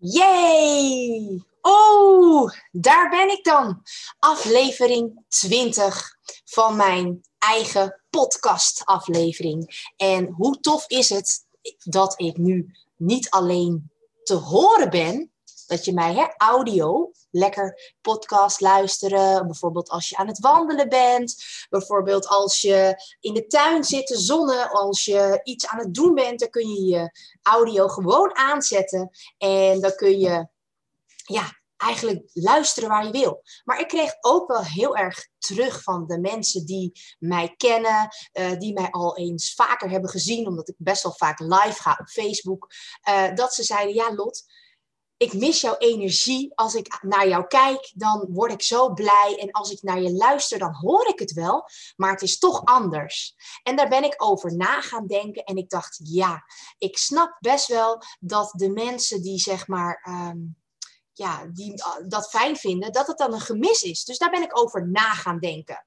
Yay! Oh, daar ben ik dan. Aflevering 20 van mijn eigen podcastaflevering. En hoe tof is het dat ik nu niet alleen te horen ben, dat je mij audio, lekker podcast luisteren, bijvoorbeeld als je aan het wandelen bent, bijvoorbeeld als je in de tuin zit te zonnen, als je iets aan het doen bent, dan kun je je audio gewoon aanzetten en dan kun je eigenlijk luisteren waar je wil. Maar ik kreeg ook wel heel erg terug van de mensen die mij kennen, die mij al eens vaker hebben gezien, omdat ik best wel vaak live ga op Facebook, dat ze zeiden, ja Lot, ik mis jouw energie. Als ik naar jou kijk, dan word ik zo blij. En als ik naar je luister, dan hoor ik het wel. Maar het is toch anders. En daar ben ik over na gaan denken. En ik dacht, ja, ik snap best wel dat de mensen die zeg maar die dat fijn vinden, dat het dan een gemis is. Dus daar ben ik over na gaan denken.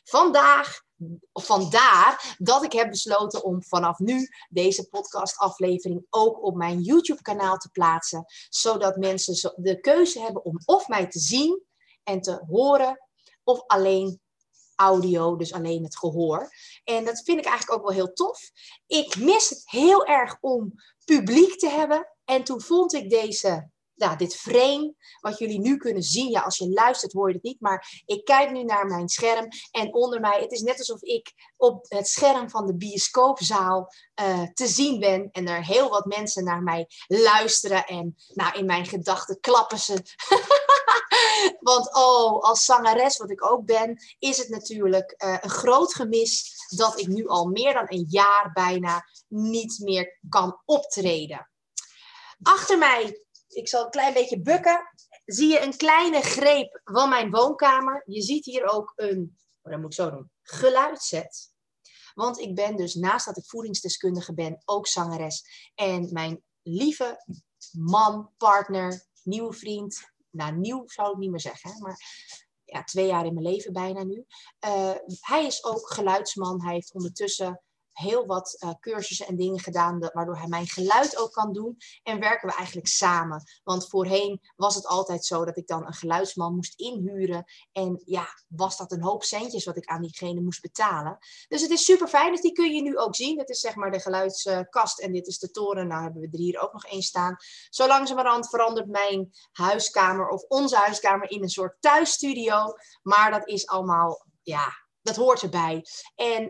Vandaar dat ik heb besloten om vanaf nu deze podcastaflevering ook op mijn YouTube-kanaal te plaatsen, zodat mensen de keuze hebben om of mij te zien en te horen, of alleen audio, dus alleen het gehoor. En dat vind ik eigenlijk ook wel heel tof. Ik mis het heel erg om publiek te hebben. En toen vond ik dit frame, wat jullie nu kunnen zien. Ja, als je luistert hoor je het niet, maar ik kijk nu naar mijn scherm en onder mij, het is net alsof ik op het scherm van de bioscoopzaal te zien ben en er heel wat mensen naar mij luisteren en in mijn gedachten klappen ze. Want als zangeres, wat ik ook ben, is het natuurlijk een groot gemis dat ik nu al meer dan een jaar bijna niet meer kan optreden. Achter mij, ik zal een klein beetje bukken, zie je een kleine greep van mijn woonkamer. Je ziet hier ook dat moet ik zo doen, geluidsset. Want ik ben dus, naast dat ik voedingsdeskundige ben, ook zangeres. En mijn lieve man, partner, nieuwe vriend, nieuw zou ik niet meer zeggen, hè, maar 2 jaar in mijn leven bijna nu. Hij is ook geluidsman. Hij heeft ondertussen heel wat cursussen en dingen gedaan, waardoor hij mijn geluid ook kan doen. En werken we eigenlijk samen. Want voorheen was het altijd zo dat ik dan een geluidsman moest inhuren. En was dat een hoop centjes wat ik aan diegene moest betalen. Dus het is super fijn. Dus die kun je nu ook zien. Dat is zeg maar de geluidskast en dit is de toren. Nou hebben we er hier ook nog één staan. Zo langzamerhand verandert mijn huiskamer of onze huiskamer in een soort thuisstudio. Maar dat is allemaal, dat hoort erbij. En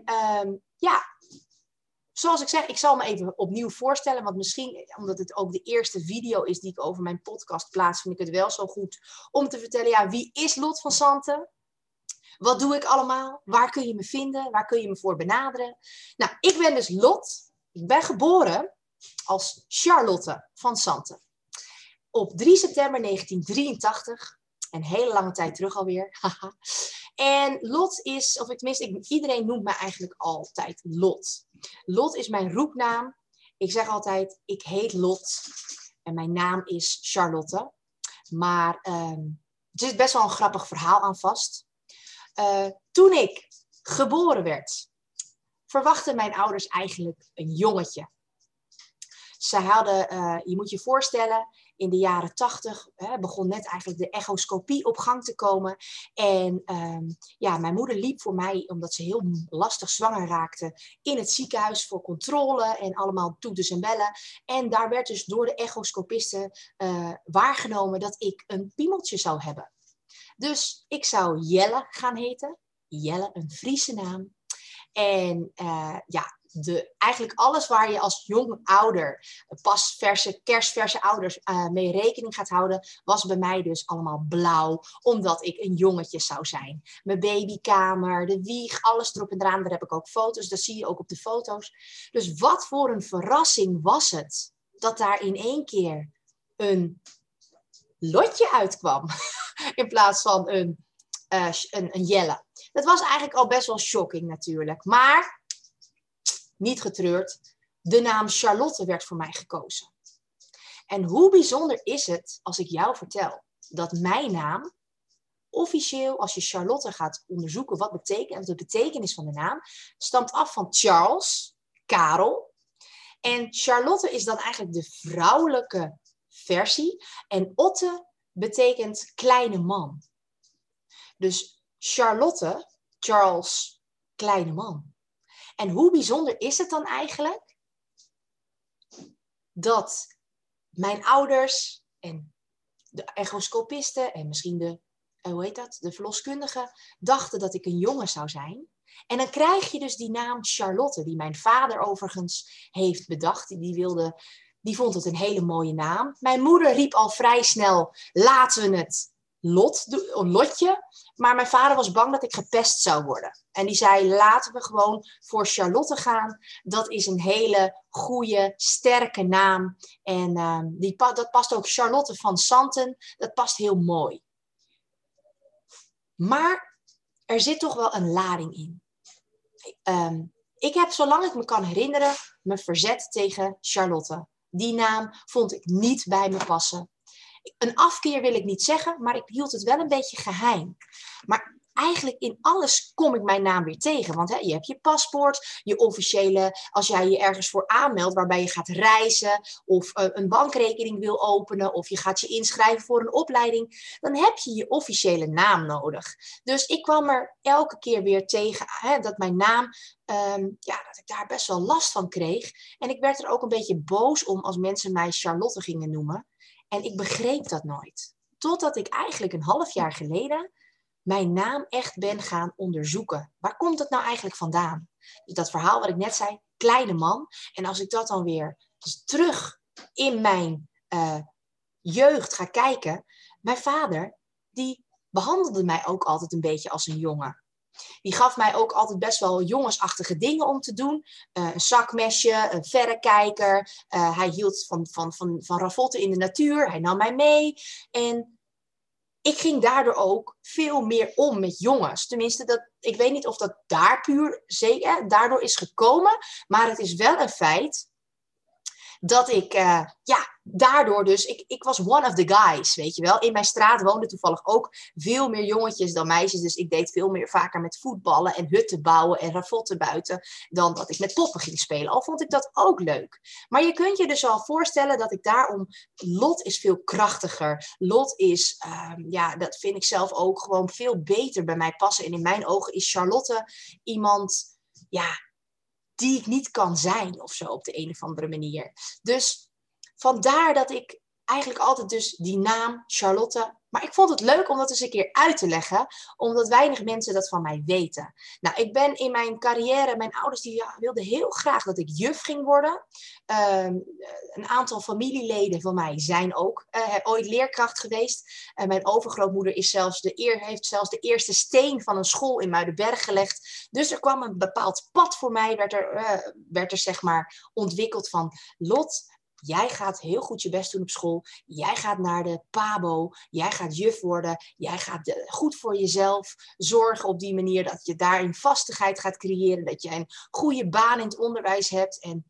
zoals ik zeg, ik zal me even opnieuw voorstellen. Want misschien, omdat het ook de eerste video is die ik over mijn podcast plaats, vind ik het wel zo goed om te vertellen, wie is Lot van Santen? Wat doe ik allemaal? Waar kun je me vinden? Waar kun je me voor benaderen? Nou, ik ben dus Lot. Ik ben geboren als Charlotte van Santen. Op 3 september 1983. Een hele lange tijd terug alweer. En Lot is, iedereen noemt mij eigenlijk altijd Lot. Lot is mijn roepnaam. Ik zeg altijd, ik heet Lot. En mijn naam is Charlotte. Maar er zit best wel een grappig verhaal aan vast. Toen ik geboren werd, verwachten mijn ouders eigenlijk een jongetje. Ze hadden, je moet je voorstellen, in de jaren 80 begon net eigenlijk de echoscopie op gang te komen. En mijn moeder liep voor mij, omdat ze heel lastig zwanger raakte, in het ziekenhuis voor controle en allemaal toeters en bellen. En daar werd dus door de echoscopisten waargenomen dat ik een piemeltje zou hebben. Dus ik zou Jelle gaan heten. Jelle, een Friese naam. En eigenlijk alles waar je als jong ouder, kerstverse ouders mee rekening gaat houden, was bij mij dus allemaal blauw, omdat ik een jongetje zou zijn. Mijn babykamer, de wieg, alles erop en eraan, daar heb ik ook foto's, dat zie je ook op de foto's. Dus wat voor een verrassing was het, dat daar in één keer een Lotje uitkwam, in plaats van een Jelle. Dat was eigenlijk al best wel shocking natuurlijk, maar niet getreurd, de naam Charlotte werd voor mij gekozen. En hoe bijzonder is het als ik jou vertel dat mijn naam, officieel als je Charlotte gaat onderzoeken wat de betekenis van de naam, stamt af van Charles, Karel. En Charlotte is dan eigenlijk de vrouwelijke versie. En Otte betekent kleine man. Dus Charlotte, Charles, kleine man. En hoe bijzonder is het dan eigenlijk dat mijn ouders en de echoscopisten en misschien de verloskundigen dachten dat ik een jongen zou zijn. En dan krijg je dus die naam Charlotte, die mijn vader overigens heeft bedacht. Die vond het een hele mooie naam. Mijn moeder riep al vrij snel, laten we het Lotje. Maar mijn vader was bang dat ik gepest zou worden. En die zei, laten we gewoon voor Charlotte gaan. Dat is een hele goede, sterke naam. En dat past ook, Charlotte van Santen. Dat past heel mooi. Maar er zit toch wel een lading in. Ik heb, zolang ik me kan herinneren, me verzet tegen Charlotte. Die naam vond ik niet bij me passen. Een afkeer wil ik niet zeggen, maar ik hield het wel een beetje geheim. Maar eigenlijk in alles kom ik mijn naam weer tegen. Want je hebt je paspoort, je officiële, als jij je ergens voor aanmeldt waarbij je gaat reizen of een bankrekening wil openen of je gaat je inschrijven voor een opleiding, dan heb je je officiële naam nodig. Dus ik kwam er elke keer weer tegen dat mijn naam, dat ik daar best wel last van kreeg. En ik werd er ook een beetje boos om als mensen mij Charlotte gingen noemen. En ik begreep dat nooit. Totdat ik eigenlijk een half jaar geleden mijn naam echt ben gaan onderzoeken. Waar komt het nou eigenlijk vandaan? Dus dat verhaal wat ik net zei, kleine man. En als ik dat dan weer terug in mijn jeugd ga kijken. Mijn vader, die behandelde mij ook altijd een beetje als een jongen. Die gaf mij ook altijd best wel jongensachtige dingen om te doen. Een zakmesje, een verrekijker. Hij hield van ravotten in de natuur. Hij nam mij mee. En ik ging daardoor ook veel meer om met jongens. Tenminste, ik weet niet of dat daar puur zeker daardoor is gekomen. Maar het is wel een feit dat ik daardoor dus, ik was one of the guys, weet je wel. In mijn straat woonden toevallig ook veel meer jongetjes dan meisjes. Dus ik deed veel meer vaker met voetballen en hutten bouwen en ravotten buiten dan dat ik met poppen ging spelen. Al vond ik dat ook leuk. Maar je kunt je dus al voorstellen dat ik daarom, Lot is veel krachtiger. Lot is, dat vind ik zelf ook gewoon veel beter bij mij passen. En in mijn ogen is Charlotte iemand, die ik niet kan zijn of zo op de een of andere manier. Dus vandaar dat ik eigenlijk altijd dus die naam Charlotte. Maar ik vond het leuk om dat eens een keer uit te leggen. Omdat weinig mensen dat van mij weten. Nou, ik ben in mijn carrière, mijn ouders die wilden heel graag dat ik juf ging worden. Een aantal familieleden van mij zijn ook ooit leerkracht geweest. Mijn overgrootmoeder heeft zelfs de eerste steen van een school in Muidenberg gelegd. Dus er kwam een bepaald pad voor mij, werd er zeg maar ontwikkeld van Lot. Jij gaat heel goed je best doen op school. Jij gaat naar de PABO. Jij gaat juf worden. Jij gaat goed voor jezelf zorgen op die manier dat je daarin vastigheid gaat creëren. Dat je een goede baan in het onderwijs hebt. En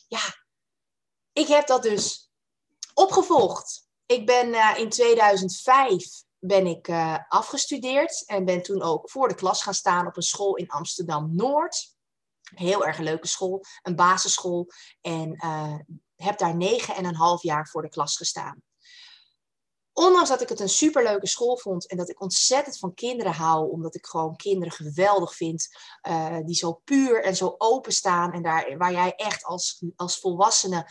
ik heb dat dus opgevolgd. Ik ben in 2005 afgestudeerd. En ben toen ook voor de klas gaan staan op een school in Amsterdam-Noord. Heel erg leuke school. Een basisschool. En heb daar 9,5 jaar voor de klas gestaan. Ondanks dat ik het een superleuke school vond en dat ik ontzettend van kinderen hou, omdat ik gewoon kinderen geweldig vind, die zo puur en zo open staan en waar jij echt als volwassene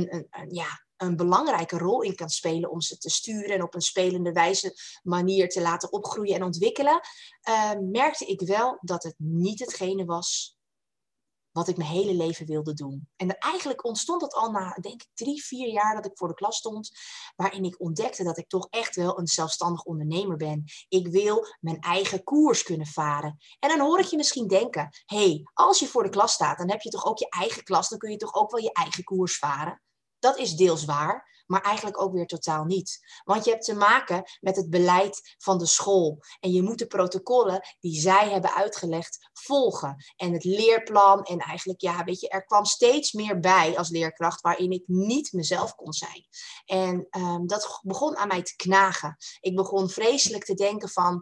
een belangrijke rol in kan spelen om ze te sturen en op een spelende manier te laten opgroeien en ontwikkelen, merkte ik wel dat het niet hetgene was wat ik mijn hele leven wilde doen. En eigenlijk ontstond dat al na, denk ik, 3-4 jaar dat ik voor de klas stond, waarin ik ontdekte dat ik toch echt wel een zelfstandig ondernemer ben. Ik wil mijn eigen koers kunnen varen. En dan hoor ik je misschien denken, als je voor de klas staat, dan heb je toch ook je eigen klas, dan kun je toch ook wel je eigen koers varen. Dat is deels waar, maar eigenlijk ook weer totaal niet. Want je hebt te maken met het beleid van de school. En je moet de protocollen die zij hebben uitgelegd volgen. En het leerplan. En eigenlijk, er kwam steeds meer bij als leerkracht waarin ik niet mezelf kon zijn. En dat begon aan mij te knagen. Ik begon vreselijk te denken van,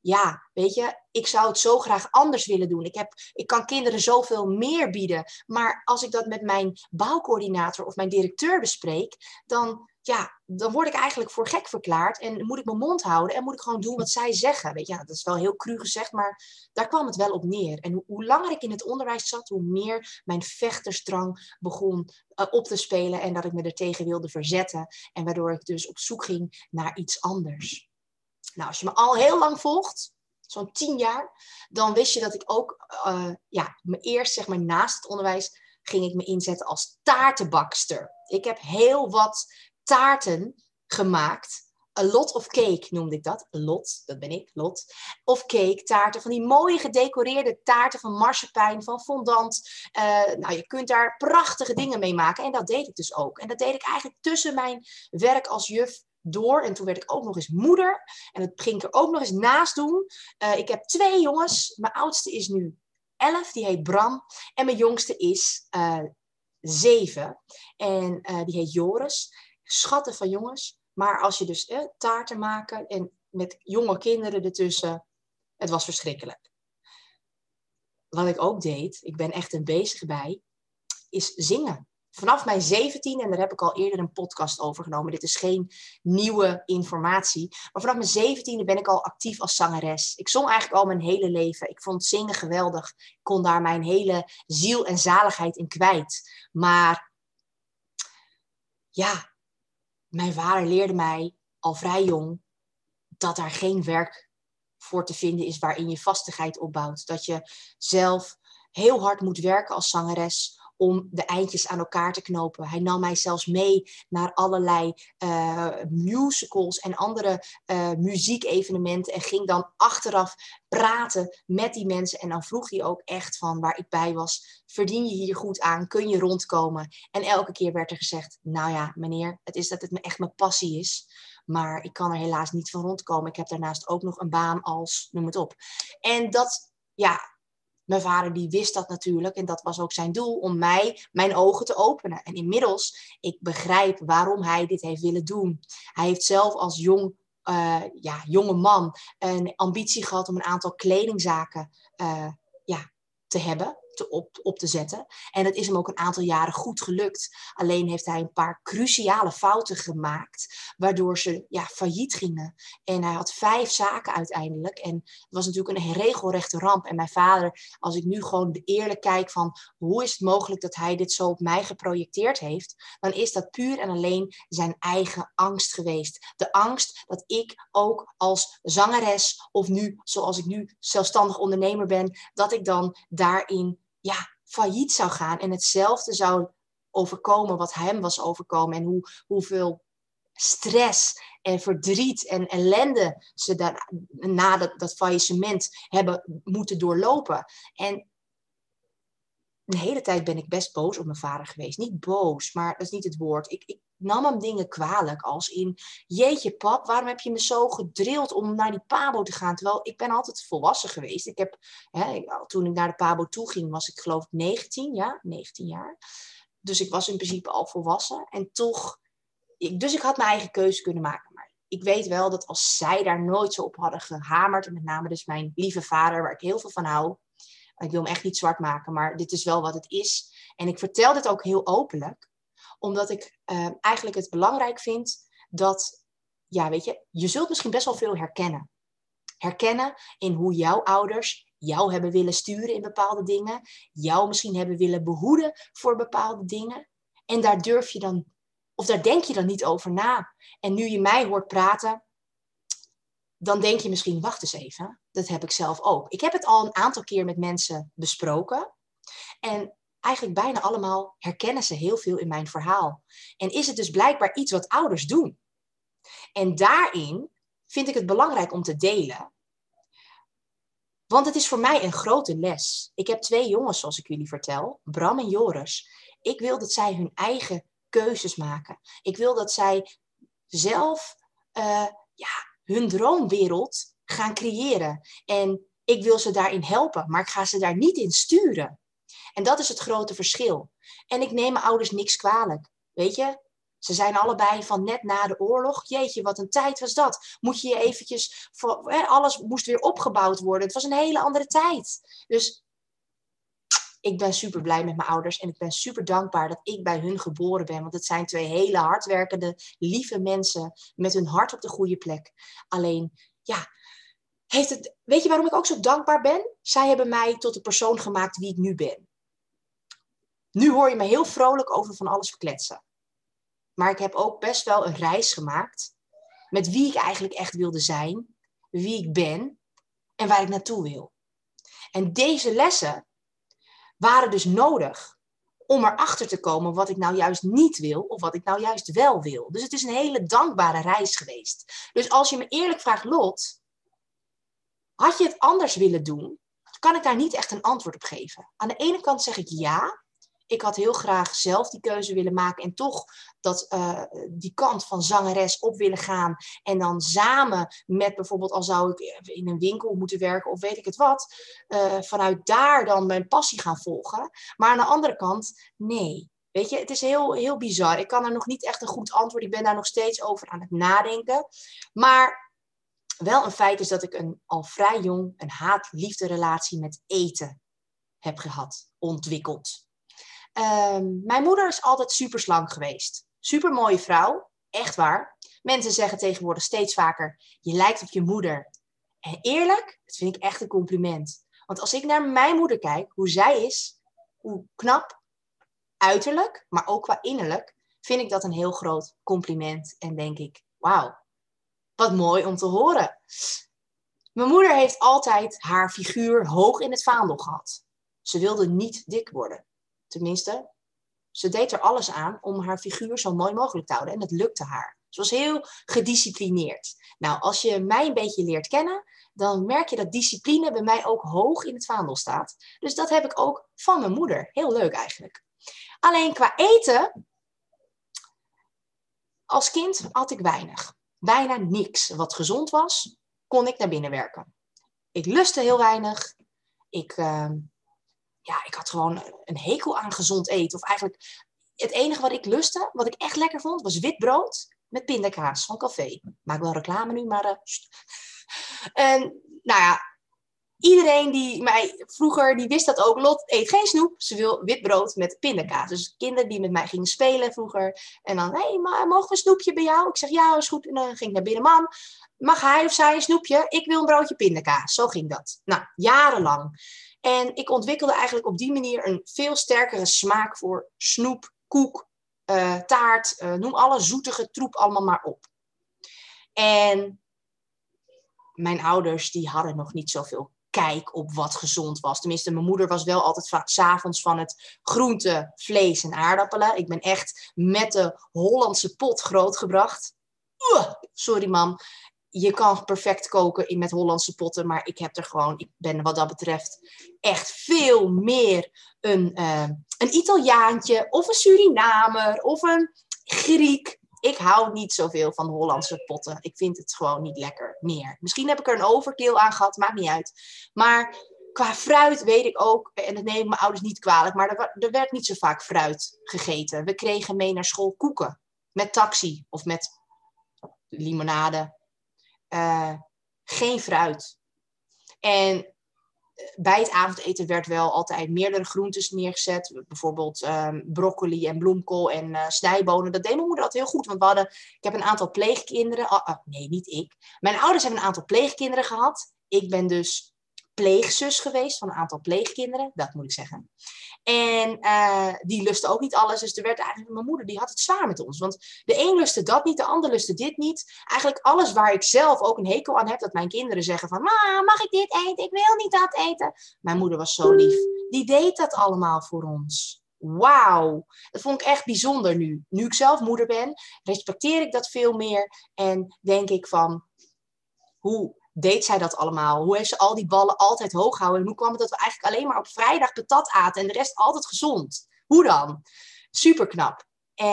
ik zou het zo graag anders willen doen. Ik kan kinderen zoveel meer bieden. Maar als ik dat met mijn bouwcoördinator of mijn directeur bespreek, dan dan word ik eigenlijk voor gek verklaard. En moet ik mijn mond houden en moet ik gewoon doen wat zij zeggen. Weet je, dat is wel heel cru gezegd, maar daar kwam het wel op neer. En hoe langer ik in het onderwijs zat, hoe meer mijn vechtersdrang begon op te spelen. En dat ik me er tegen wilde verzetten. En waardoor ik dus op zoek ging naar iets anders. Nou, als je me al heel lang volgt, zo'n 10 jaar, dan wist je dat ik ook, me eerst zeg maar naast het onderwijs, ging ik me inzetten als taartenbakster. Ik heb heel wat taarten gemaakt. A lot of cake noemde ik dat. A lot, dat ben ik, lot. Of cake, taarten, van die mooie gedecoreerde taarten van marsepein, van fondant. Je kunt daar prachtige dingen mee maken. En dat deed ik dus ook. En dat deed ik eigenlijk tussen mijn werk als juf door. En toen werd ik ook nog eens moeder. En dat ging ik er ook nog eens naast doen. Ik heb 2 jongens. Mijn oudste is nu 11, die heet Bram. En mijn jongste is 7. En die heet Joris. Schatten van jongens. Maar als je dus taarten maken en met jonge kinderen ertussen, het was verschrikkelijk. Wat ik ook deed, ik ben echt een bezig bij, is zingen. Vanaf mijn 17, en daar heb ik al eerder een podcast over genomen. Dit is geen nieuwe informatie. Maar vanaf mijn 17e ben ik al actief als zangeres. Ik zong eigenlijk al mijn hele leven. Ik vond zingen geweldig. Ik kon daar mijn hele ziel en zaligheid in kwijt. Maar ja, mijn vader leerde mij al vrij jong dat daar geen werk voor te vinden is waarin je vastigheid opbouwt. Dat je zelf heel hard moet werken als zangeres om de eindjes aan elkaar te knopen. Hij nam mij zelfs mee naar allerlei musicals en andere muziekevenementen en ging dan achteraf praten met die mensen. En dan vroeg hij ook echt van waar ik bij was, verdien je hier goed aan? Kun je rondkomen? En elke keer werd er gezegd, nou ja, meneer, het is dat het echt mijn passie is. Maar ik kan er helaas niet van rondkomen. Ik heb daarnaast ook nog een baan als, noem het op. En dat, mijn vader die wist dat natuurlijk. En dat was ook zijn doel, om mij mijn ogen te openen. En inmiddels, ik begrijp waarom hij dit heeft willen doen. Hij heeft zelf als jonge man een ambitie gehad om een aantal kledingzaken te hebben, op te zetten. En dat is hem ook een aantal jaren goed gelukt. Alleen heeft hij een paar cruciale fouten gemaakt, waardoor ze failliet gingen. En hij had 5 zaken uiteindelijk. En het was natuurlijk een regelrechte ramp. En mijn vader, als ik nu gewoon eerlijk kijk van hoe is het mogelijk dat hij dit zo op mij geprojecteerd heeft, dan is dat puur en alleen zijn eigen angst geweest. De angst dat ik ook als zangeres, of nu, zoals ik nu zelfstandig ondernemer ben, dat ik dan daarin failliet zou gaan en hetzelfde zou overkomen wat hem was overkomen en hoeveel stress en verdriet en ellende ze na dat faillissement hebben moeten doorlopen. En de hele tijd ben ik best boos op mijn vader geweest. Niet boos, maar dat is niet het woord. Ik nam hem dingen kwalijk als in, jeetje pap, waarom heb je me zo gedrild om naar die pabo te gaan? Terwijl ik ben altijd volwassen geweest. Toen ik naar de pabo toe ging, was ik geloof ik 19 jaar. Dus ik was in principe al volwassen. En toch, dus ik had mijn eigen keuze kunnen maken. Maar ik weet wel dat als zij daar nooit zo op hadden gehamerd, en met name dus mijn lieve vader, waar ik heel veel van hou. Ik wil hem echt niet zwart maken, maar dit is wel wat het is. En ik vertel dit ook heel openlijk, omdat ik eigenlijk het belangrijk vind dat, je zult misschien best wel veel herkennen. Herkennen in hoe jouw ouders jou hebben willen sturen in bepaalde dingen. Jou misschien hebben willen behoeden voor bepaalde dingen. En daar denk je dan niet over na. En nu je mij hoort praten, dan denk je misschien, wacht eens even, dat heb ik zelf ook. Ik heb het al een aantal keer met mensen besproken. En eigenlijk bijna allemaal herkennen ze heel veel in mijn verhaal. En is het dus blijkbaar iets wat ouders doen. En daarin vind ik het belangrijk om te delen. Want het is voor mij een grote les. Ik heb 2 jongens, zoals ik jullie vertel, Bram en Joris. Ik wil dat zij hun eigen keuzes maken. Ik wil dat zij zelf hun droomwereld gaan creëren. En ik wil ze daarin helpen, maar ik ga ze daar niet in sturen. En dat is het grote verschil. En ik neem mijn ouders niks kwalijk. Weet je, ze zijn allebei van net na de oorlog. Jeetje, wat een tijd was dat. Moet je eventjes, alles moest weer opgebouwd worden. Het was een hele andere tijd. Dus ik ben super blij met mijn ouders. En ik ben super dankbaar dat ik bij hun geboren ben. Want het zijn 2 hele hardwerkende, lieve mensen. Met hun hart op de goede plek. Alleen, ja, weet je waarom ik ook zo dankbaar ben? Zij hebben mij tot de persoon gemaakt wie ik nu ben. Nu hoor je me heel vrolijk over van alles verkletsen. Maar ik heb ook best wel een reis gemaakt. Met wie ik eigenlijk echt wilde zijn. Wie ik ben. En waar ik naartoe wil. En deze lessen waren dus nodig om erachter te komen wat ik nou juist niet wil of wat ik nou juist wel wil. Dus het is een hele dankbare reis geweest. Dus als je me eerlijk vraagt, Lot, had je het anders willen doen? Kan ik daar niet echt een antwoord op geven. Aan de ene kant zeg ik ja. Ik had heel graag zelf die keuze willen maken en toch die kant van zangeres op willen gaan. En dan samen met bijvoorbeeld, al zou ik in een winkel moeten werken of weet ik het wat, vanuit daar dan mijn passie gaan volgen. Maar aan de andere kant, nee. Weet je, het is heel, heel bizar. Ik kan er nog niet echt een goed antwoord. Ik ben daar nog steeds over aan het nadenken. Maar wel een feit is dat ik al vrij jong een haat-liefde relatie met eten heb gehad, ontwikkeld. Mijn moeder is altijd super slank geweest. Super mooie vrouw, echt waar. Mensen zeggen tegenwoordig steeds vaker, je lijkt op je moeder. En eerlijk, dat vind ik echt een compliment. Want als ik naar mijn moeder kijk, hoe zij is, hoe knap, uiterlijk, maar ook qua innerlijk, vind ik dat een heel groot compliment. En denk ik, wauw, wat mooi om te horen. Mijn moeder heeft altijd haar figuur hoog in het vaandel gehad. Ze wilde niet dik worden. Tenminste, ze deed er alles aan om haar figuur zo mooi mogelijk te houden. En dat lukte haar. Ze was heel gedisciplineerd. Nou, als je mij een beetje leert kennen, dan merk je dat discipline bij mij ook hoog in het vaandel staat. Dus dat heb ik ook van mijn moeder. Heel leuk eigenlijk. Alleen qua eten, als kind had ik weinig. Bijna niks. Wat gezond was, kon ik naar binnen werken. Ik lustte heel weinig. Ik had gewoon een hekel aan gezond eten. Of eigenlijk het enige wat ik lustte, wat ik echt lekker vond, was wit brood met pindakaas van café. Maak wel reclame nu, maar... En nou ja, iedereen die mij vroeger, die wist dat ook. Lot eet geen snoep, ze wil wit brood met pindakaas. Dus kinderen die met mij gingen spelen vroeger. En dan, hé, maar mogen we een snoepje bij jou? Ik zeg, ja, is goed. En dan ging ik naar binnen. Mam, mag hij of zij een snoepje? Ik wil een broodje pindakaas. Zo ging dat. Nou, jarenlang. En ik ontwikkelde eigenlijk op die manier een veel sterkere smaak voor snoep, koek, taart, noem alle zoetige troep allemaal maar op. En mijn ouders die hadden nog niet zoveel kijk op wat gezond was. Tenminste, mijn moeder was wel altijd vaak 's avonds van het groente, vlees en aardappelen. Ik ben echt met de Hollandse pot grootgebracht. Sorry mam, je kan perfect koken met Hollandse potten, maar ik ben wat dat betreft echt veel meer een Italiaantje of een Surinamer of een Griek. Ik hou niet zoveel van Hollandse potten. Ik vind het gewoon niet lekker meer. Misschien heb ik er een overkill aan gehad, maakt niet uit. Maar qua fruit weet ik ook, en dat neem ik mijn ouders niet kwalijk, maar er werd niet zo vaak fruit gegeten. We kregen mee naar school koeken met taxi of met limonade. Geen fruit. En bij het avondeten werd wel altijd meerdere groentes neergezet. Bijvoorbeeld broccoli en bloemkool en snijbonen. Dat deed mijn moeder altijd heel goed. Want ik heb een aantal pleegkinderen. Nee, niet ik. Mijn ouders hebben een aantal pleegkinderen gehad. Ik ben dus pleegzus geweest van een aantal pleegkinderen. Dat moet ik zeggen. En die lustte ook niet alles. Dus er werd eigenlijk, mijn moeder die had het zwaar met ons. Want de een lustte dat niet, de ander lustte dit niet. Eigenlijk alles waar ik zelf ook een hekel aan heb. Dat mijn kinderen zeggen van, ma, mag ik dit eten? Ik wil niet dat eten. Mijn moeder was zo lief. Die deed dat allemaal voor ons. Wauw. Dat vond ik echt bijzonder nu. Nu ik zelf moeder ben, respecteer ik dat veel meer. En denk ik van, hoe deed zij dat allemaal? Hoe heeft ze al die ballen altijd hoog gehouden? En hoe kwam het dat we eigenlijk alleen maar op vrijdag patat aten en de rest altijd gezond? Hoe dan? Super knap.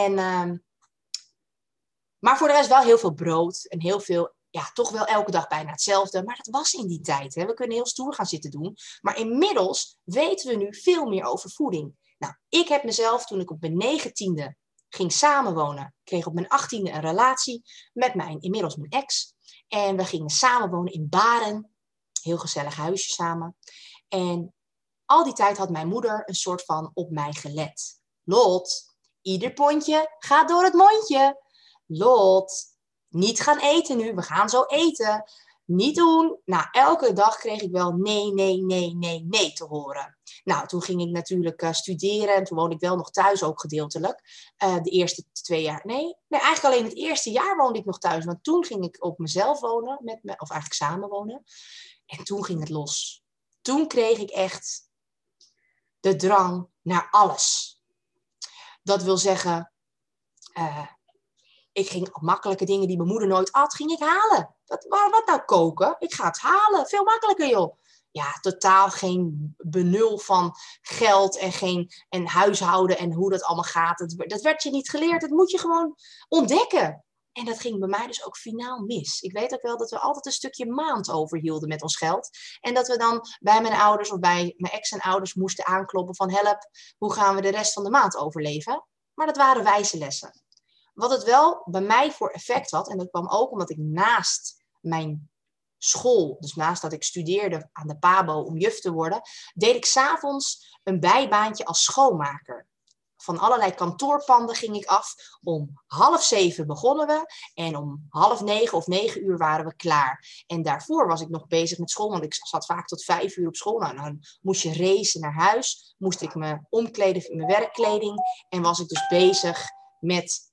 Maar voor de rest wel heel veel brood en heel veel, ja, toch wel elke dag bijna hetzelfde. Maar dat was in die tijd. Hè? We kunnen heel stoer gaan zitten doen. Maar inmiddels weten we nu veel meer over voeding. Nou, ik heb mezelf, toen ik op mijn 19e ging samenwonen, kreeg op mijn 18e een relatie met inmiddels mijn ex. En we gingen samenwonen in Baren. Heel gezellig huisje samen. En al die tijd had mijn moeder een soort van op mij gelet. Lot, ieder pondje gaat door het mondje. Lot, niet gaan eten nu, we gaan zo eten. Niet doen. Nou, elke dag kreeg ik wel nee, nee, nee, nee, nee te horen. Nou, toen ging ik natuurlijk studeren en toen woonde ik wel nog thuis ook gedeeltelijk. De eerste 2 jaar, nee, eigenlijk alleen het eerste jaar woonde ik nog thuis. Want toen ging ik op mezelf wonen, of eigenlijk samen wonen. En toen ging het los. Toen kreeg ik echt de drang naar alles. Dat wil zeggen, ik ging makkelijke dingen die mijn moeder nooit at, ging ik halen. Wat nou koken? Ik ga het halen. Veel makkelijker, joh. Ja, totaal geen benul van geld en huishouden en hoe dat allemaal gaat. Dat werd je niet geleerd. Dat moet je gewoon ontdekken. En dat ging bij mij dus ook finaal mis. Ik weet ook wel dat we altijd een stukje maand overhielden met ons geld. En dat we dan bij mijn ouders of bij mijn ex en ouders moesten aankloppen van help, hoe gaan we de rest van de maand overleven? Maar dat waren wijze lessen. Wat het wel bij mij voor effect had, en dat kwam ook omdat ik naast mijn school, dus naast dat ik studeerde aan de PABO om juf te worden, deed ik 's avonds een bijbaantje als schoonmaker. Van allerlei kantoorpanden ging ik af. Om 6:30 begonnen we en om 8:30 of 9 waren we klaar. En daarvoor was ik nog bezig met school, want ik zat vaak tot 5 op school. Nou, dan moest je racen naar huis, moest ik me omkleden in mijn werkkleding en was ik dus bezig met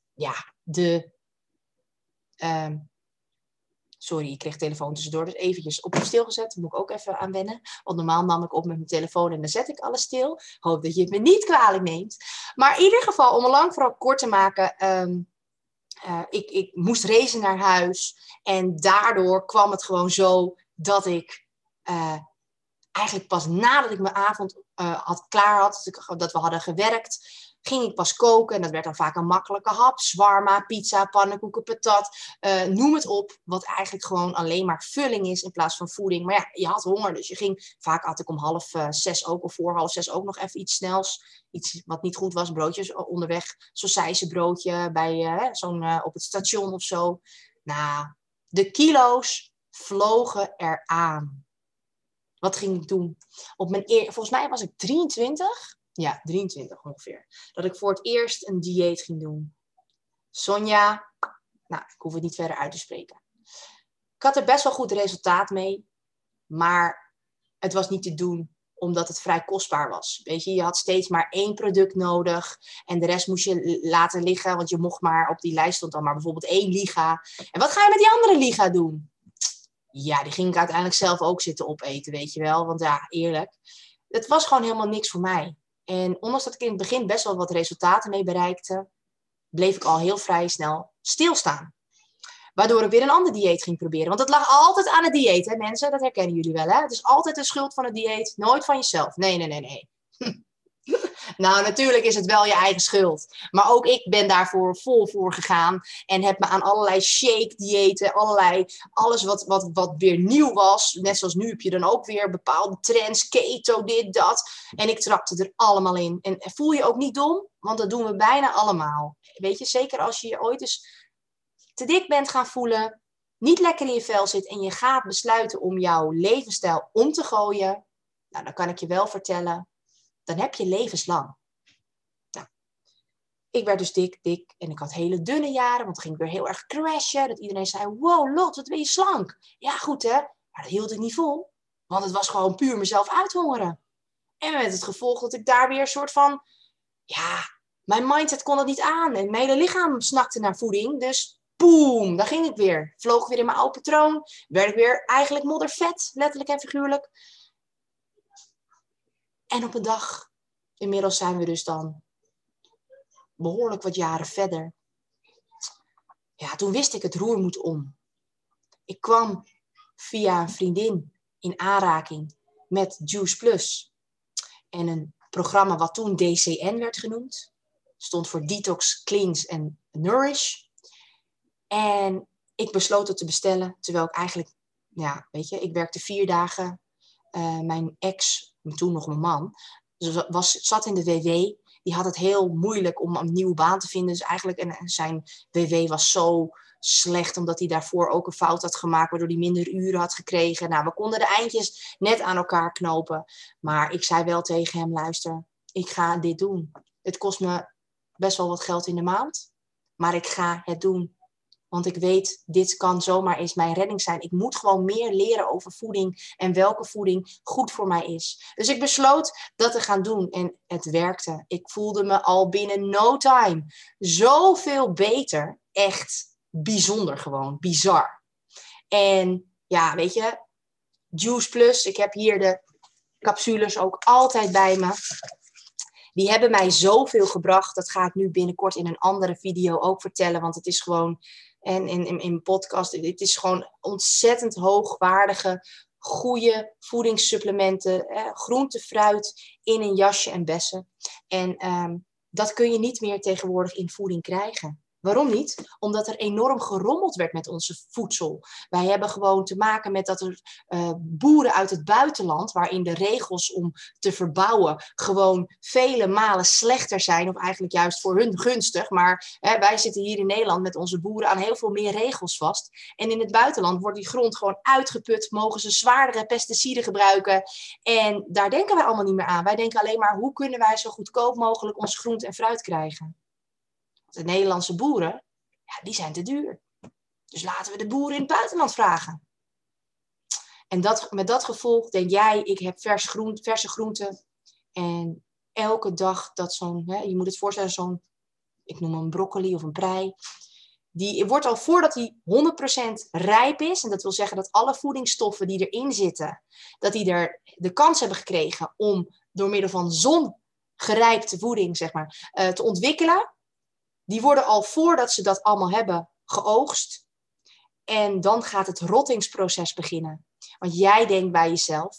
sorry, ik kreeg telefoon tussendoor, dus eventjes op stilgezet. Daar moet ik ook even aan wennen. Want normaal nam ik op met mijn telefoon en dan zet ik alles stil. Hoop dat je het me niet kwalijk neemt. Maar in ieder geval, om een lang verhaal kort te maken. Ik moest racen naar huis. En daardoor kwam het gewoon dat ik eigenlijk pas nadat ik mijn avond klaar had, dat we hadden gewerkt, ging ik pas koken. En dat werd dan vaak een makkelijke hap. Shawarma, pizza, pannenkoeken, patat. Noem het op. Wat eigenlijk gewoon alleen maar vulling is in plaats van voeding. Maar ja, je had honger. Dus vaak had ik om 5:30 ook. Of voor 5:30 ook nog even iets snels. Iets wat niet goed was. Broodjes onderweg. Zo'n sausijzenbroodje bij op het station of zo. Nou, de kilo's vlogen eraan. Wat ging ik doen? Volgens mij was ik 23. Ja, 23 ongeveer. Dat ik voor het eerst een dieet ging doen. Sonja, nou, ik hoef het niet verder uit te spreken. Ik had er best wel goed resultaat mee. Maar het was niet te doen omdat het vrij kostbaar was. Weet je had steeds maar 1 product nodig. En de rest moest je laten liggen. Want je mocht maar, op die lijst stond dan maar bijvoorbeeld 1 liga. En wat ga je met die andere liga doen? Ja, die ging ik uiteindelijk zelf ook zitten opeten, weet je wel. Want ja, eerlijk. Het was gewoon helemaal niks voor mij. En ondanks dat ik in het begin best wel wat resultaten mee bereikte, bleef ik al heel vrij snel stilstaan. Waardoor ik weer een ander dieet ging proberen. Want het lag altijd aan het dieet, hè mensen. Dat herkennen jullie wel, hè. Het is altijd de schuld van het dieet. Nooit van jezelf. Nee. Nou, natuurlijk is het wel je eigen schuld. Maar ook ik ben daarvoor vol voor gegaan. En heb me aan allerlei shake-diëten, alles wat weer nieuw was. Net zoals nu heb je dan ook weer bepaalde trends, keto, dit, dat. En ik trapte er allemaal in. En voel je ook niet dom? Want dat doen we bijna allemaal. Weet je, zeker als je je ooit eens te dik bent gaan voelen, niet lekker in je vel zit en je gaat besluiten om jouw levensstijl om te gooien. Nou, dan kan ik je wel vertellen. Dan heb je levenslang. Nou, ik werd dus dik en ik had hele dunne jaren, want dan ging ik weer heel erg crashen. Dat iedereen zei, wow Lot, wat ben je slank. Ja goed hè, maar dat hield ik niet vol. Want het was gewoon puur mezelf uithongeren. En met het gevolg dat ik daar weer een soort van, mijn mindset kon het niet aan. En mijn hele lichaam snakte naar voeding. Dus boem, daar ging ik weer. Vloog weer in mijn oude patroon. Werd ik weer eigenlijk moddervet, letterlijk en figuurlijk. En op een dag, inmiddels zijn we dus dan behoorlijk wat jaren verder. Ja, toen wist ik het roer moet om. Ik kwam via een vriendin in aanraking met Juice Plus. En een programma wat toen DCN werd genoemd. Stond voor Detox, Cleanse en Nourish. En ik besloot het te bestellen. Terwijl ik eigenlijk, ik werkte 4 dagen. Mijn ex, toen nog mijn man, zat in de WW. Die had het heel moeilijk om een nieuwe baan te vinden. Dus eigenlijk, en zijn WW was zo slecht, omdat hij daarvoor ook een fout had gemaakt, waardoor hij minder uren had gekregen. Nou, we konden de eindjes net aan elkaar knopen. Maar ik zei wel tegen hem, luister, ik ga dit doen. Het kost me best wel wat geld in de maand, maar ik ga het doen. Want ik weet, dit kan zomaar eens mijn redding zijn. Ik moet gewoon meer leren over voeding en welke voeding goed voor mij is. Dus ik besloot dat te gaan doen en het werkte. Ik voelde me al binnen no time zoveel beter. Echt bijzonder gewoon, bizar. En ja, weet je, Juice Plus, ik heb hier de capsules ook altijd bij me. Die hebben mij zoveel gebracht. Dat ga ik nu binnenkort in een andere video ook vertellen. Want het is gewoon, en in podcast, het is gewoon ontzettend hoogwaardige, goede voedingssupplementen. Groente, fruit in een jasje en bessen. En dat kun je niet meer tegenwoordig in voeding krijgen. Waarom niet? Omdat er enorm gerommeld werd met onze voedsel. Wij hebben gewoon te maken met dat er boeren uit het buitenland, waarin de regels om te verbouwen gewoon vele malen slechter zijn, of eigenlijk juist voor hun gunstig. Maar wij zitten hier in Nederland met onze boeren aan heel veel meer regels vast. En in het buitenland wordt die grond gewoon uitgeput, mogen ze zwaardere pesticiden gebruiken. En daar denken wij allemaal niet meer aan. Wij denken alleen maar, hoe kunnen wij zo goedkoop mogelijk ons groente en fruit krijgen? De Nederlandse boeren, ja, die zijn te duur. Dus laten we de boeren in het buitenland vragen. En met dat gevolg denk jij, ik heb verse groenten. En elke dag dat je moet het voorstellen, ik noem een broccoli of een prei. Die wordt al voordat die 100% rijp is. En dat wil zeggen dat alle voedingsstoffen die erin zitten, dat die er de kans hebben gekregen om door middel van zongerijpte voeding, zeg maar, te ontwikkelen. Die worden al voordat ze dat allemaal hebben geoogst. En dan gaat het rottingsproces beginnen. Want jij denkt bij jezelf,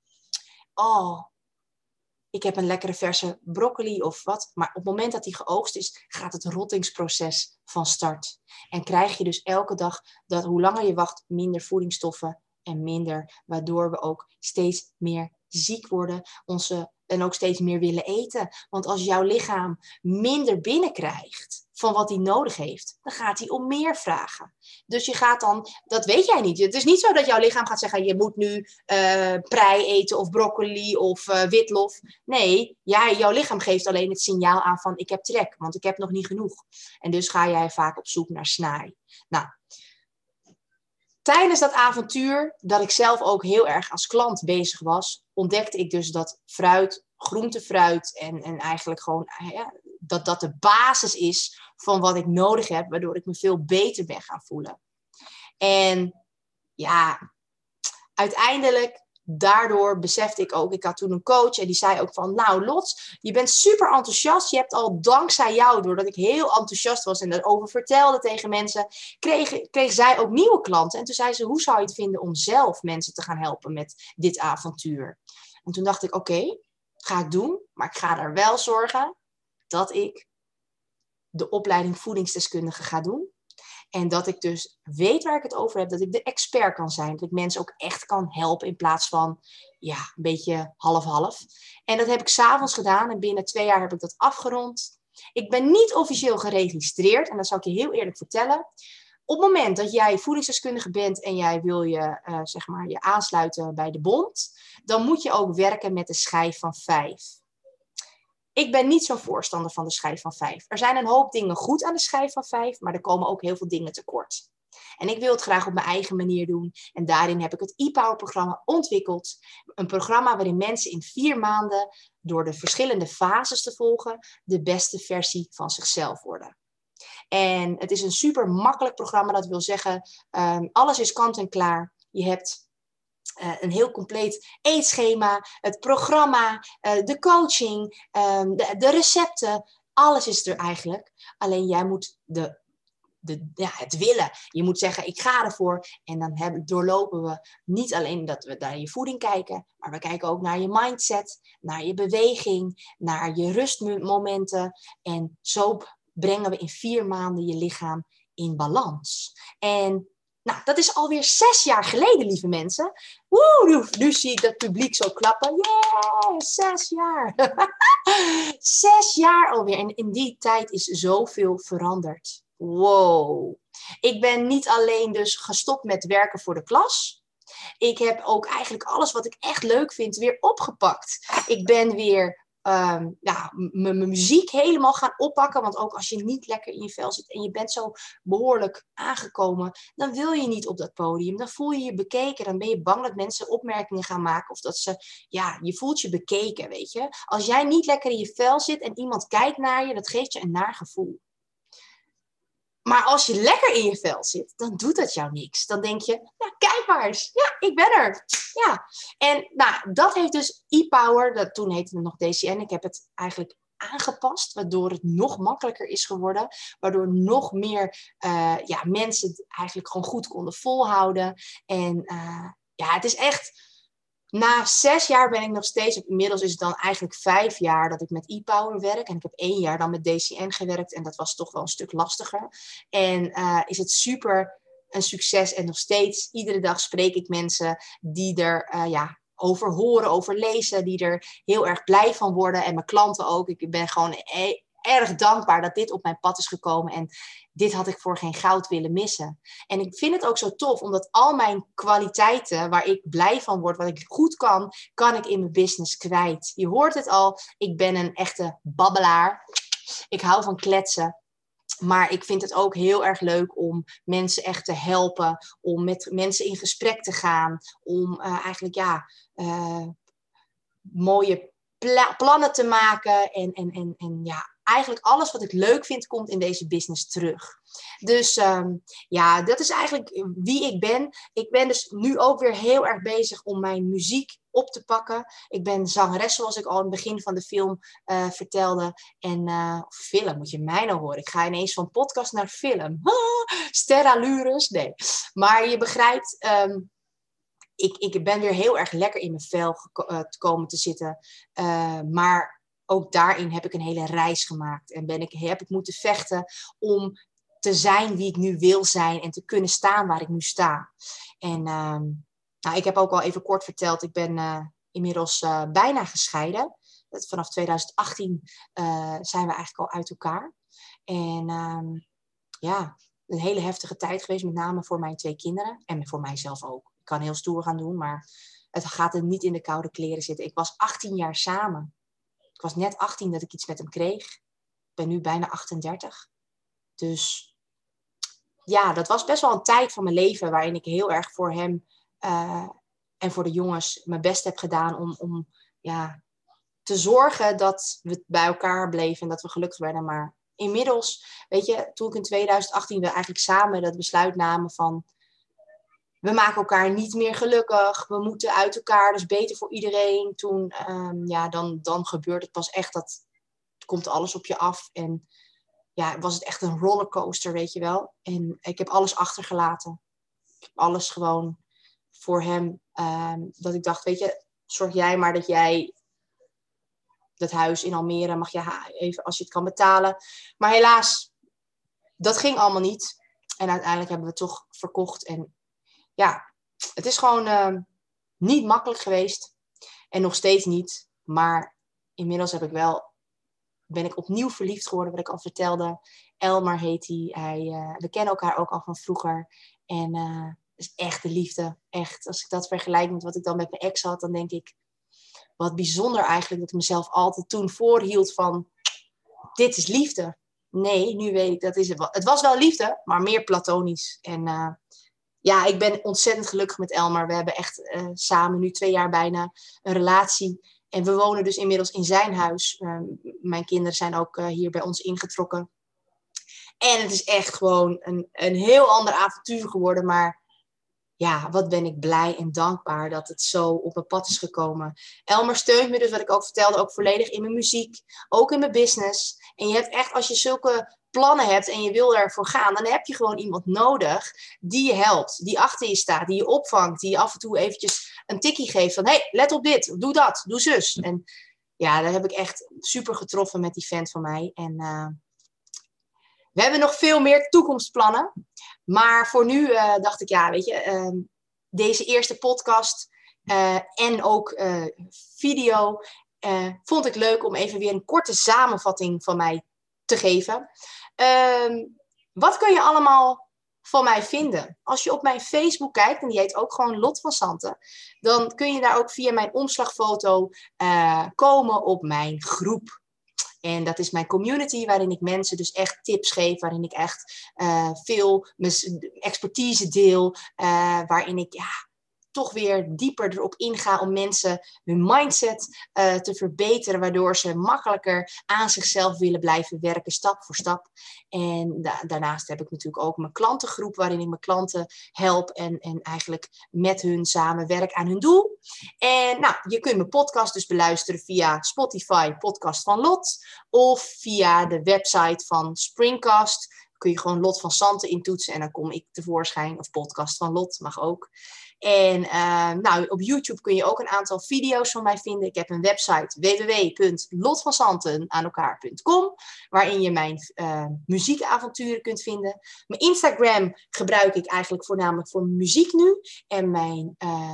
oh, ik heb een lekkere verse broccoli of wat. Maar op het moment dat die geoogst is, gaat het rottingsproces van start. En krijg je dus elke dag dat hoe langer je wacht, minder voedingsstoffen en minder. Waardoor we ook steeds meer ziek worden en ook steeds meer willen eten. Want als jouw lichaam minder binnenkrijgt van wat hij nodig heeft, dan gaat hij om meer vragen. Dus je gaat dan, dat weet jij niet. Het is niet zo dat jouw lichaam gaat zeggen, je moet nu prei eten of broccoli of witlof. Nee, jouw lichaam geeft alleen het signaal aan van ik heb trek, want ik heb nog niet genoeg. En dus ga jij vaak op zoek naar snaai. Nou, tijdens dat avontuur, dat ik zelf ook heel erg als klant bezig was, ontdekte ik dus dat fruit, groentefruit en eigenlijk gewoon dat de basis is van wat ik nodig heb, waardoor ik me veel beter ben gaan voelen. En ja, uiteindelijk, daardoor besefte ik ook, ik had toen een coach en die zei ook van, nou Lots, je bent super enthousiast. Je hebt al dankzij jou, doordat ik heel enthousiast was en daarover vertelde tegen mensen, kreeg zij ook nieuwe klanten. En toen zei ze, hoe zou je het vinden om zelf mensen te gaan helpen met dit avontuur? En toen dacht ik, oké, ga ik doen, maar ik ga er wel zorgen dat ik de opleiding voedingsdeskundige ga doen. En dat ik dus weet waar ik het over heb. Dat ik de expert kan zijn. Dat ik mensen ook echt kan helpen. In plaats van, een beetje half-half. En dat heb ik 's avonds gedaan. En binnen 2 jaar heb ik dat afgerond. Ik ben niet officieel geregistreerd. En dat zal ik je heel eerlijk vertellen. Op het moment dat jij voedingsdeskundige bent en jij wil je aansluiten bij de bond, dan moet je ook werken met de schijf van 5. Ik ben niet zo'n voorstander van de schijf van 5. Er zijn een hoop dingen goed aan de schijf van 5, maar er komen ook heel veel dingen tekort. En ik wil het graag op mijn eigen manier doen. En daarin heb ik het e-power-programma ontwikkeld. Een programma waarin mensen in 4 maanden, door de verschillende fases te volgen, de beste versie van zichzelf worden. En het is een super makkelijk programma. Dat wil zeggen, alles is kant en klaar. Je hebt een heel compleet eetschema, het programma, de coaching, de recepten. Alles is er eigenlijk. Alleen jij moet het willen. Je moet zeggen, ik ga ervoor. En dan doorlopen we niet alleen dat we naar je voeding kijken, maar we kijken ook naar je mindset, naar je beweging, naar je rustmomenten. En zo brengen we in 4 maanden je lichaam in balans. En nou, dat is alweer 6 jaar geleden, lieve mensen. Woe, nu zie ik dat publiek zo klappen. Yeah, 6 jaar. 6 jaar alweer. En in die tijd is zoveel veranderd. Wow. Ik ben niet alleen dus gestopt met werken voor de klas. Ik heb ook eigenlijk alles wat ik echt leuk vind weer opgepakt. Ik ben weer mijn muziek helemaal gaan oppakken. Want ook als je niet lekker in je vel zit en je bent zo behoorlijk aangekomen, dan wil je niet op dat podium. Dan voel je je bekeken. Dan ben je bang dat mensen opmerkingen gaan maken. Of dat je voelt je bekeken, weet je. Als jij niet lekker in je vel zit en iemand kijkt naar je, dat geeft je een naar gevoel. Maar als je lekker in je vel zit, dan doet dat jou niks. Dan denk je, nou kijk maar eens. Ja, ik ben er. Ja. En nou, dat heeft dus e-power, toen heette het nog DCN. Ik heb het eigenlijk aangepast, waardoor het nog makkelijker is geworden. Waardoor nog meer mensen het eigenlijk gewoon goed konden volhouden. En het is echt... Na 6 jaar ben ik nog steeds, inmiddels is het dan eigenlijk 5 jaar dat ik met e-power werk. En ik heb 1 jaar dan met DCN gewerkt en dat was toch wel een stuk lastiger. En is het super een succes en nog steeds, iedere dag spreek ik mensen die er over horen, over lezen, die er heel erg blij van worden. En mijn klanten ook. Ik ben gewoon erg dankbaar dat dit op mijn pad is gekomen. En dit had ik voor geen goud willen missen. En ik vind het ook zo tof, omdat al mijn kwaliteiten, waar ik blij van word, wat ik goed kan ik in mijn business kwijt. Je hoort het al, ik ben een echte babbelaar. Ik hou van kletsen. Maar ik vind het ook heel erg leuk om mensen echt te helpen. Om met mensen in gesprek te gaan. Om mooie plannen te maken. En eigenlijk alles wat ik leuk vind, komt in deze business terug. Dus dat is eigenlijk wie ik ben. Ik ben dus nu ook weer heel erg bezig om mijn muziek op te pakken. Ik ben zangeres, zoals ik al in het begin van de film vertelde. En film, moet je mij nou horen. Ik ga ineens van podcast naar film. Sterallures, nee. Maar je begrijpt... Ik ben weer heel erg lekker in mijn vel komen te zitten. Maar ook daarin heb ik een hele reis gemaakt. En heb ik moeten vechten om te zijn wie ik nu wil zijn. En te kunnen staan waar ik nu sta. En ik heb ook al even kort verteld. Ik ben inmiddels bijna gescheiden. Vanaf 2018 zijn we eigenlijk al uit elkaar. En een hele heftige tijd geweest. Met name voor mijn 2 kinderen. En voor mijzelf ook. Ik kan heel stoer gaan doen, maar het gaat er niet in de koude kleren zitten. Ik was 18 jaar samen. Ik was net 18 dat ik iets met hem kreeg. Ik ben nu bijna 38. Dus dat was best wel een tijd van mijn leven waarin ik heel erg voor hem en voor de jongens mijn best heb gedaan om te zorgen dat we bij elkaar bleven en dat we gelukkig werden. Maar inmiddels, weet je, toen ik in 2018 we eigenlijk samen dat besluit namen van... We maken elkaar niet meer gelukkig. We moeten uit elkaar. Dus beter voor iedereen. Toen, dan gebeurt het pas echt. Dat komt alles op je af. En was het echt een rollercoaster, weet je wel. En ik heb alles achtergelaten. Ik heb alles gewoon voor hem. Dat ik dacht, weet je, zorg jij maar dat jij dat huis in Almere mag je even, als je het kan betalen. Maar helaas, dat ging allemaal niet. En uiteindelijk hebben we het toch verkocht. En het is gewoon niet makkelijk geweest. En nog steeds niet. Maar inmiddels ben ik opnieuw verliefd geworden, wat ik al vertelde. Elmar heet hij. We kennen elkaar ook al van vroeger. En het is echt de liefde. Echt. Als ik dat vergelijk met wat ik dan met mijn ex had, dan denk ik... Wat bijzonder eigenlijk dat ik mezelf altijd toen voorhield van... Dit is liefde. Nee, nu weet ik, dat is het wel. Het was wel liefde, maar meer platonisch. En... ik ben ontzettend gelukkig met Elmar. We hebben echt samen nu 2 jaar bijna een relatie. En we wonen dus inmiddels in zijn huis. Mijn kinderen zijn ook hier bij ons ingetrokken. En het is echt gewoon een heel ander avontuur geworden. Maar wat ben ik blij en dankbaar dat het zo op mijn pad is gekomen. Elmar steunt me dus, wat ik ook vertelde, ook volledig in mijn muziek. Ook in mijn business. En je hebt echt, als je zulke plannen hebt en je wil ervoor gaan, dan heb je gewoon iemand nodig die je helpt, die achter je staat, die je opvangt, die je af en toe eventjes een tikkie geeft van, hey, let op dit, doe dat, doe zus. En daar heb ik echt super getroffen met die vent van mij. En we hebben nog veel meer toekomstplannen. Maar voor nu dacht ik, weet je, deze eerste podcast en ook video vond ik leuk om even weer een korte samenvatting van mij te geven. Wat kun je allemaal van mij vinden? Als je op mijn Facebook kijkt, en die heet ook gewoon Lot van Santen, dan kun je daar ook via mijn omslagfoto komen op mijn groep. En dat is mijn community, waarin ik mensen dus echt tips geef, waarin ik echt veel expertise deel, waarin ik toch weer dieper erop inga om mensen hun mindset te verbeteren, waardoor ze makkelijker aan zichzelf willen blijven werken, stap voor stap. En daarnaast heb ik natuurlijk ook mijn klantengroep, waarin ik mijn klanten help en eigenlijk met hun samen werk aan hun doel. En nou, je kunt mijn podcast dus beluisteren via Spotify, podcast van Lot, of via de website van Springcast. Kun je gewoon Lot van Santen intoetsen en dan kom ik tevoorschijn. Of podcast van Lot, mag ook. En nou, op YouTube kun je ook een aantal video's van mij vinden. Ik heb een website www.lotvansanten.com, waarin je mijn muziekavonturen kunt vinden. Mijn Instagram gebruik ik eigenlijk voornamelijk voor muziek nu. En mijn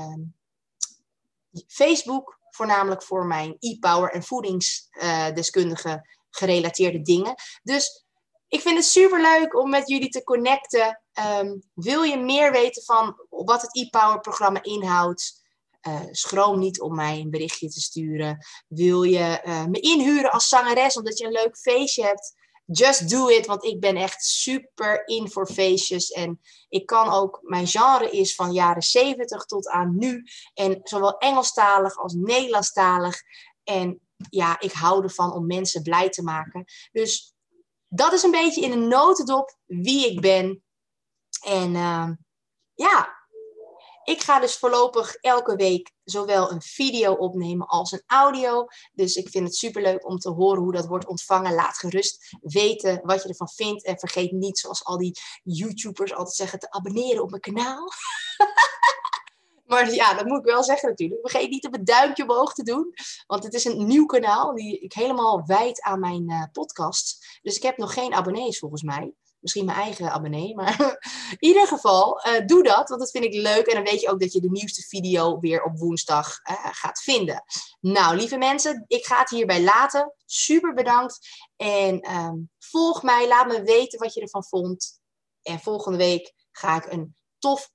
Facebook voornamelijk voor mijn e-power en voedingsdeskundige gerelateerde dingen. Dus ik vind het super leuk om met jullie te connecten. Wil je meer weten van wat het e-power programma inhoudt? Schroom niet om mij een berichtje te sturen. Wil je me inhuren als zangeres omdat je een leuk feestje hebt? Just do it, want ik ben echt super in voor feestjes. En ik kan ook, mijn genre is van jaren 70 tot aan nu. En zowel Engelstalig als Nederlandstalig. En ja, ik hou ervan om mensen blij te maken. Dus dat is een beetje in een notendop wie ik ben. En ja, ik ga dus voorlopig elke week zowel een video opnemen als een audio. Dus ik vind het superleuk om te horen hoe dat wordt ontvangen. Laat gerust weten wat je ervan vindt. En vergeet niet, zoals al die YouTubers altijd zeggen, te abonneren op mijn kanaal. Maar ja, dat moet ik wel zeggen natuurlijk. Vergeet niet om het duimpje omhoog te doen. Want het is een nieuw kanaal die ik helemaal wijd aan mijn podcast. Dus ik heb nog geen abonnees volgens mij. Misschien mijn eigen abonnee. Maar in ieder geval, doe dat. Want dat vind ik leuk. En dan weet je ook dat je de nieuwste video weer op woensdag gaat vinden. Nou, lieve mensen, ik ga het hierbij laten. Super bedankt. En volg mij. Laat me weten wat je ervan vond. En volgende week ga ik een tof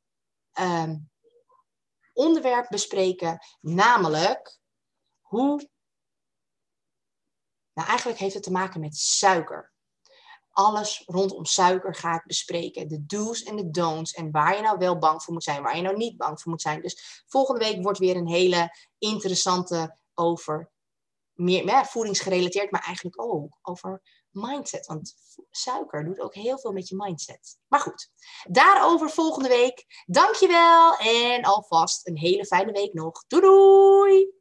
onderwerp bespreken, namelijk hoe, nou eigenlijk heeft het te maken met suiker. Alles rondom suiker ga ik bespreken. De do's en de don'ts en waar je nou wel bang voor moet zijn, waar je nou niet bang voor moet zijn. Dus volgende week wordt weer een hele interessante over meer voedingsgerelateerd, maar eigenlijk ook over mindset. Want suiker doet ook heel veel met je mindset. Maar goed, daarover volgende week. Dankjewel en alvast een hele fijne week nog. Doei doei!